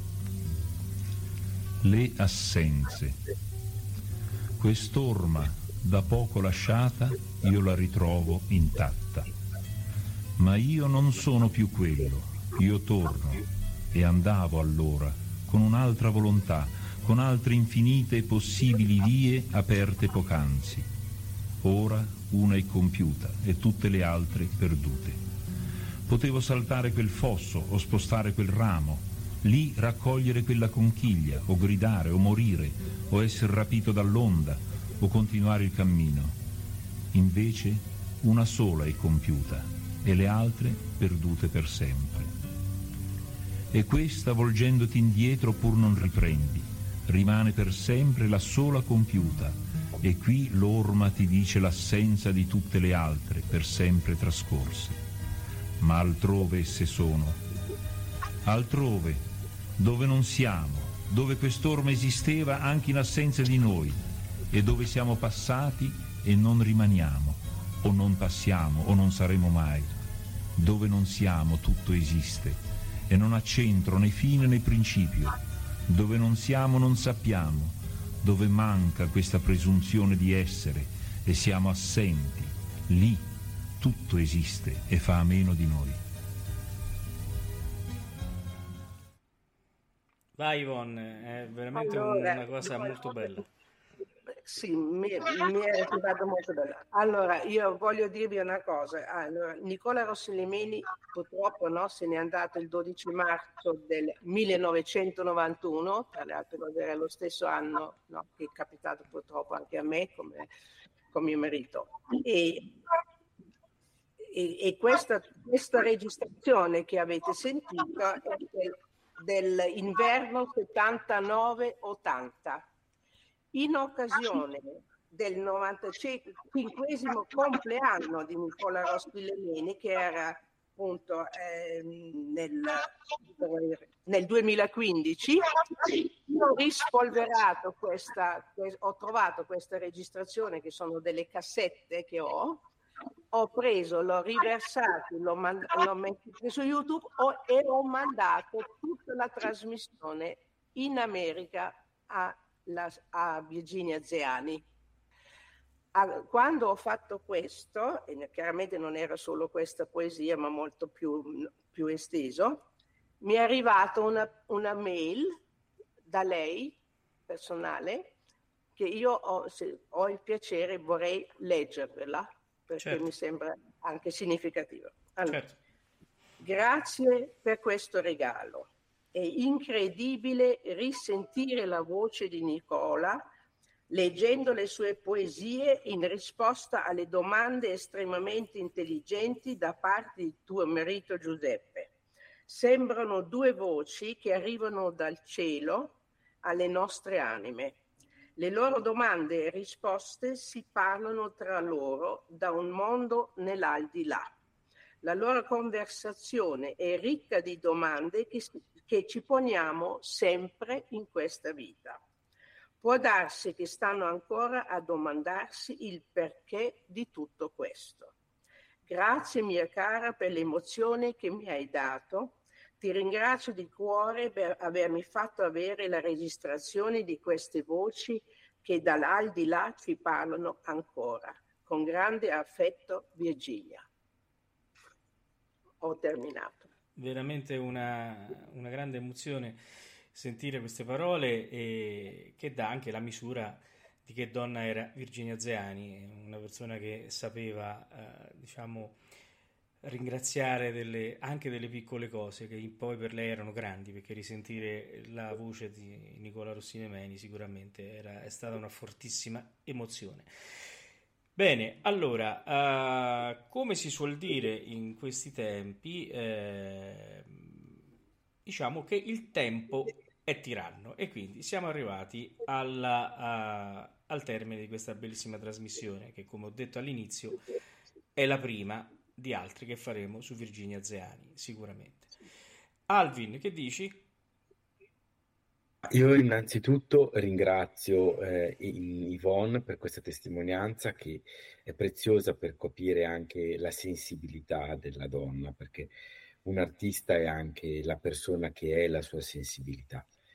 Le assenze. Quest'orma da poco lasciata, io la ritrovo intatta. Ma io non sono più quello, io torno, e andavo allora, con un'altra volontà, con altre infinite e possibili vie aperte poc'anzi. Ora una è compiuta e tutte le altre perdute. Potevo saltare quel fosso o spostare quel ramo, lì raccogliere quella conchiglia, o gridare, o morire, o essere rapito dall'onda, o continuare il cammino. Invece una sola è compiuta e le altre perdute per sempre. E questa, volgendoti indietro, pur non riprendi, rimane per sempre la sola compiuta, e qui l'orma ti dice l'assenza di tutte le altre per sempre trascorse. Ma altrove esse sono, altrove, dove non siamo, dove quest'orma esisteva anche in assenza di noi, e dove siamo passati e non rimaniamo, o non passiamo o non saremo mai. Dove non siamo tutto esiste, e non ha centro né fine né principio. Dove non siamo non sappiamo, dove manca questa presunzione di essere e siamo assenti, lì tutto esiste e fa a meno di noi. Vai Yvonne, è veramente una cosa molto bella. Sì, mi è risultato molto bello. Allora, io voglio dirvi una cosa. Allora, Nicola Rossi-Lemeni purtroppo se n'è andato il 12 marzo del 1991, tra le altre cose era lo stesso anno che è capitato purtroppo anche a me come con mio marito. E questa registrazione che avete sentito è dell'inverno 79-80. In occasione del 95esimo compleanno di Nicola Rossi-Lemeni, che era appunto nel 2015, ho rispolverato ho trovato questa registrazione, che sono delle cassette che ho preso, l'ho riversato, l'ho messo su YouTube e ho mandato tutta la trasmissione in America a Virginia Zeani. Quando ho fatto questo, e chiaramente non era solo questa poesia ma molto più esteso, mi è arrivata una mail da lei personale, che io ho il piacere, vorrei leggervela perché mi sembra anche significativa. Allora, grazie per questo regalo. È incredibile risentire la voce di Nicola leggendo le sue poesie in risposta alle domande estremamente intelligenti da parte di tuo marito Giuseppe. Sembrano due voci che arrivano dal cielo alle nostre anime. Le loro domande e risposte si parlano tra loro da un mondo nell'aldilà. La loro conversazione è ricca di domande che ci poniamo sempre in questa vita. Può darsi che stanno ancora a domandarsi il perché di tutto questo. Grazie mia cara per l'emozione che mi hai dato. Ti ringrazio di cuore per avermi fatto avere la registrazione di queste voci che dall'aldilà ci parlano ancora. Con grande affetto, Virginia. Ho terminato. Veramente una grande emozione sentire queste parole, e che dà anche la misura di che donna era Virginia Zeani, una persona che sapeva ringraziare anche delle piccole cose che poi per lei erano grandi, perché risentire la voce di Nicola Rossi-Lemeni sicuramente è stata una fortissima emozione. Bene, allora, come si suol dire in questi tempi, diciamo che il tempo è tiranno, e quindi siamo arrivati al termine di questa bellissima trasmissione, che, come ho detto all'inizio, è la prima di altri che faremo su Virginia Zeani, sicuramente. Alvin, che dici? Io innanzitutto ringrazio Yvonne per questa testimonianza, che è preziosa per capire anche la sensibilità della donna, perché un artista è anche la persona che è la sua sensibilità.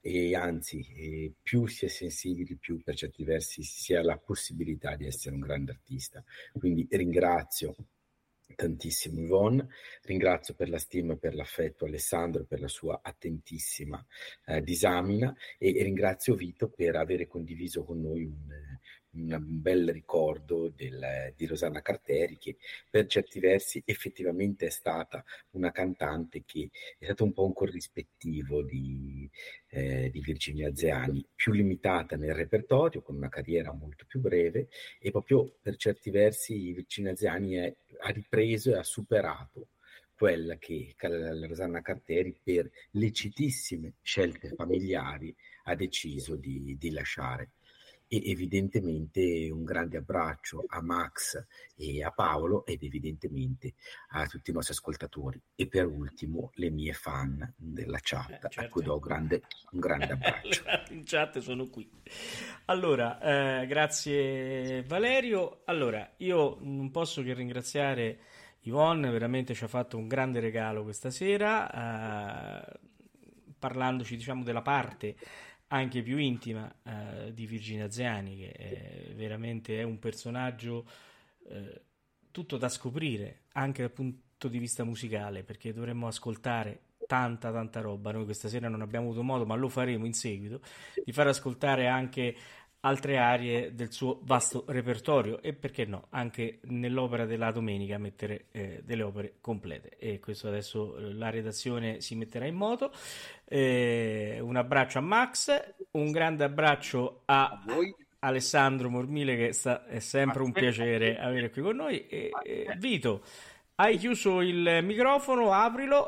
e anzi più si è sensibili, più per certi versi si ha la possibilità di essere un grande artista. Quindi ringrazio tantissimo Yvonne, ringrazio per la stima e per l'affetto Alessandro per la sua attentissima disamina, e ringrazio Vito per aver condiviso con noi un bel ricordo di Rosanna Carteri, che per certi versi effettivamente è stata una cantante che è stata un po' un corrispettivo di Virginia Zeani, più limitata nel repertorio, con una carriera molto più breve, e proprio per certi versi Virginia Zeani ha ripreso e ha superato quella che la Rosanna Carteri, per lecitissime scelte familiari, ha deciso di lasciare. E evidentemente un grande abbraccio a Max e a Paolo, ed evidentemente a tutti i nostri ascoltatori, e per ultimo le mie fan della chat, certo, a cui do un grande abbraccio. In chat sono qui. Allora, grazie Valerio. Allora, io non posso che ringraziare Yvonne, veramente ci ha fatto un grande regalo questa sera, parlandoci, diciamo, della parte anche più intima di Virginia Zeani, che veramente è un personaggio tutto da scoprire anche dal punto di vista musicale, perché dovremmo ascoltare tanta roba. Noi questa sera non abbiamo avuto modo, ma lo faremo in seguito, di far ascoltare anche altre arie del suo vasto repertorio, e perché no, anche nell'opera della domenica mettere delle opere complete, e questo adesso la redazione si metterà in moto. Un abbraccio a Max, un grande abbraccio a Alessandro Mormile, che è sempre un piacere avere qui con noi, e Vito, hai chiuso il microfono, aprilo.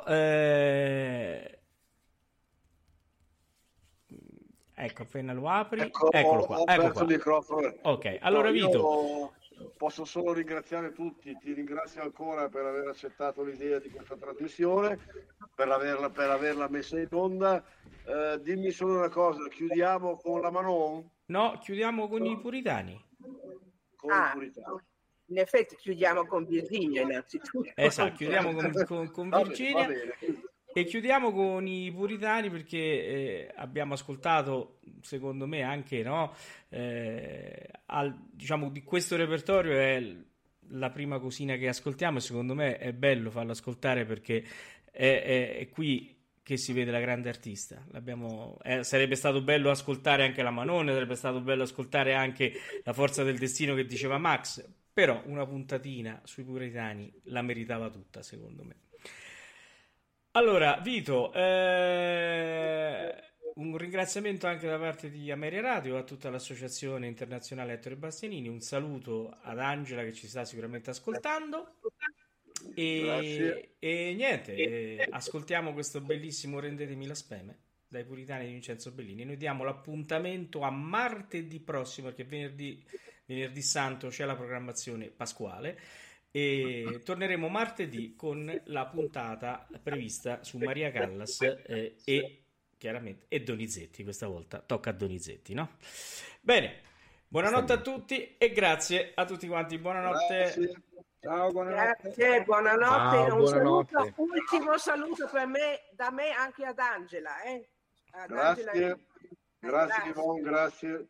Ecco, appena lo apri, eccolo qua. Ho aperto il microfono. Ok, allora Vito, posso solo ringraziare tutti, ti ringrazio ancora per aver accettato l'idea di questa trasmissione, per averla messa in onda. Dimmi solo una cosa, chiudiamo con la Manon? No, chiudiamo con i puritani. Con i puritani. In effetti chiudiamo con Virginia innanzitutto. Esatto, chiudiamo con Virginia. E chiudiamo con i puritani, perché abbiamo ascoltato, secondo me, anche diciamo di questo repertorio è la prima cosina che ascoltiamo, e secondo me è bello farlo ascoltare, perché è qui che si vede la grande artista. Sarebbe stato bello ascoltare anche la Manone, sarebbe stato bello ascoltare anche La forza del destino che diceva Max, però una puntatina sui puritani la meritava tutta, secondo me. Allora, Vito, un ringraziamento anche da parte di Ameria Radio a tutta l'associazione internazionale Ettore Bastianini, un saluto ad Angela che ci sta sicuramente ascoltando, e niente, ascoltiamo questo bellissimo Rendetemi la speme dai puritani di Vincenzo Bellini. Noi diamo l'appuntamento a martedì prossimo, perché venerdì santo c'è la programmazione pasquale, e torneremo martedì con la puntata prevista su Maria Callas e chiaramente Donizetti. Questa volta tocca a Donizetti, no? Bene, buonanotte a tutti e grazie a tutti quanti. Buonanotte. Grazie. Ciao, buonanotte. Grazie, buonanotte. Ciao, buonanotte. Saluto, ultimo saluto da me anche ad Angela. Grazie. Grazie Yvonne, grazie.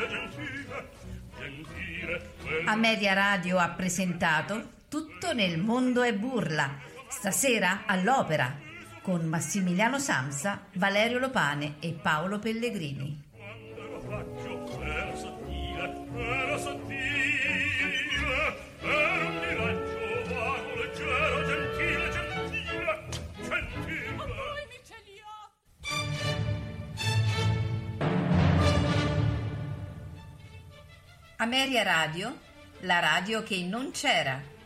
Ameria Radio ha presentato Tutto nel mondo è burla, stasera all'Opera, con Massimiliano Samsa, Valerio Lopane e Paolo Pellegrini. Era sottile, era un miraggio vago, leggero, gentile, gentile, gentile. Ma poi mi ce li ha. Ameria Radio, la radio che non c'era.